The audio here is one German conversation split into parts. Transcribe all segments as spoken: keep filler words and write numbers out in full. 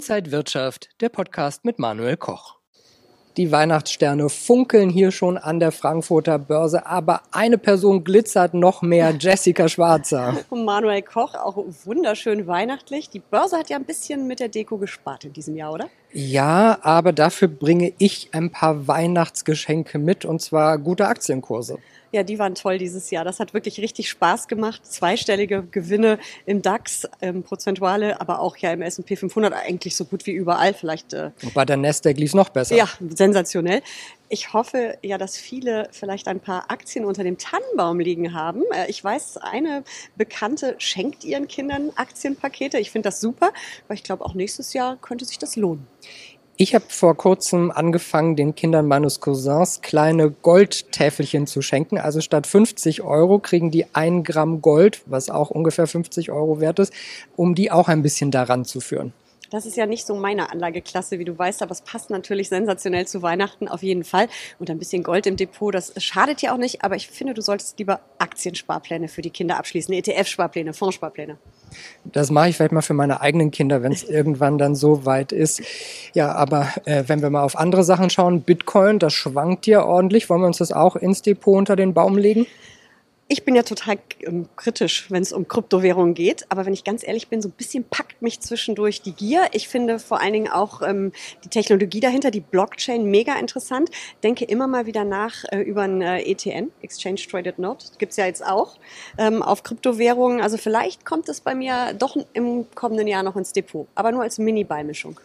Inside Wirtschaft, der Podcast mit Manuel Koch. Die Weihnachtssterne funkeln hier schon an der Frankfurter Börse, aber eine Person glitzert noch mehr, Jessica Schwarzer. Und Manuel Koch, auch wunderschön weihnachtlich. Die Börse hat ja ein bisschen mit der Deko gespart in diesem Jahr, oder? Ja, aber dafür bringe ich ein paar Weihnachtsgeschenke mit, und zwar gute Aktienkurse. Ja, die waren toll dieses Jahr. Das hat wirklich richtig Spaß gemacht. Zweistellige Gewinne im DAX, ähm, prozentuale, aber auch ja im S und P fünfhundert, eigentlich so gut wie überall. Vielleicht. Äh, und bei der Nasdaq lief es noch besser. Ja, sensationell. Ich hoffe ja, dass viele vielleicht ein paar Aktien unter dem Tannenbaum liegen haben. Äh, ich weiß, eine Bekannte schenkt ihren Kindern Aktienpakete. Ich finde das super, weil ich glaube, auch nächstes Jahr könnte sich das lohnen. Ich habe vor kurzem angefangen, den Kindern meines Cousins kleine Goldtäfelchen zu schenken. Also statt fünfzig Euro kriegen die ein Gramm Gold, was auch ungefähr fünfzig Euro wert ist, um die auch ein bisschen daran zu führen. Das ist ja nicht so meine Anlageklasse, wie du weißt, aber es passt natürlich sensationell zu Weihnachten auf jeden Fall. Und ein bisschen Gold im Depot, das schadet ja auch nicht, aber ich finde, du solltest lieber Aktiensparpläne für die Kinder abschließen, E T F-Sparpläne, Fondssparpläne. Das mache ich vielleicht mal für meine eigenen Kinder, wenn es irgendwann dann so weit ist. Ja, aber äh, wenn wir mal auf andere Sachen schauen, Bitcoin, das schwankt ja ordentlich. Wollen wir uns das auch ins Depot unter den Baum legen? Ich bin ja total ähm, kritisch, wenn es um Kryptowährungen geht. Aber wenn ich ganz ehrlich bin, so ein bisschen packt mich zwischendurch die Gier. Ich finde vor allen Dingen auch ähm, die Technologie dahinter, die Blockchain, mega interessant. Denke immer mal wieder nach äh, über ein äh, E T N, Exchange Traded Note. Gibt's ja jetzt auch ähm, auf Kryptowährungen. Also vielleicht kommt es bei mir doch im kommenden Jahr noch ins Depot. Aber nur als Mini-Beimischung.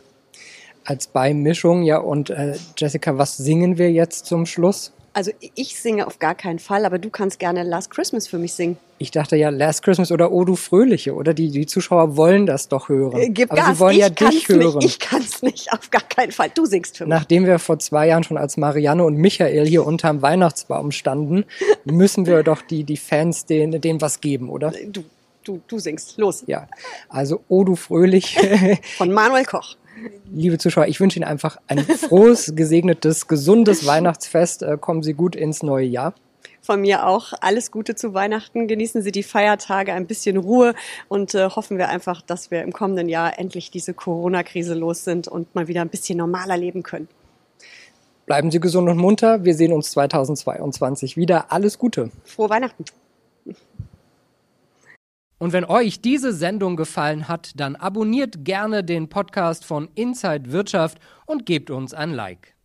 Als Beimischung, ja. Und äh, Jessica, was singen wir jetzt zum Schluss? Also ich singe auf gar keinen Fall, aber du kannst gerne Last Christmas für mich singen. Ich dachte ja Last Christmas oder O du Fröhliche, oder? Die, die Zuschauer wollen das doch hören. Äh, gib aber Gas. sie wollen ich ja dich hören. Nicht, ich kann's nicht, auf gar keinen Fall. Du singst für mich. Nachdem wir vor zwei Jahren schon als Marianne und Michael hier unterm Weihnachtsbaum standen, müssen wir doch die, die Fans denen, denen was geben, oder? Du, du, du singst. Los. Ja, also O du Fröhliche. Von Manuel Koch. Liebe Zuschauer, ich wünsche Ihnen einfach ein frohes, gesegnetes, gesundes Weihnachtsfest. Kommen Sie gut ins neue Jahr. Von mir auch alles Gute zu Weihnachten. Genießen Sie die Feiertage, ein bisschen Ruhe und äh, hoffen wir einfach, dass wir im kommenden Jahr endlich diese Corona-Krise los sind und mal wieder ein bisschen normaler leben können. Bleiben Sie gesund und munter. Wir sehen uns zweitausendzweiundzwanzig wieder. Alles Gute. Frohe Weihnachten. Und wenn euch diese Sendung gefallen hat, dann abonniert gerne den Podcast von Inside Wirtschaft und gebt uns ein Like.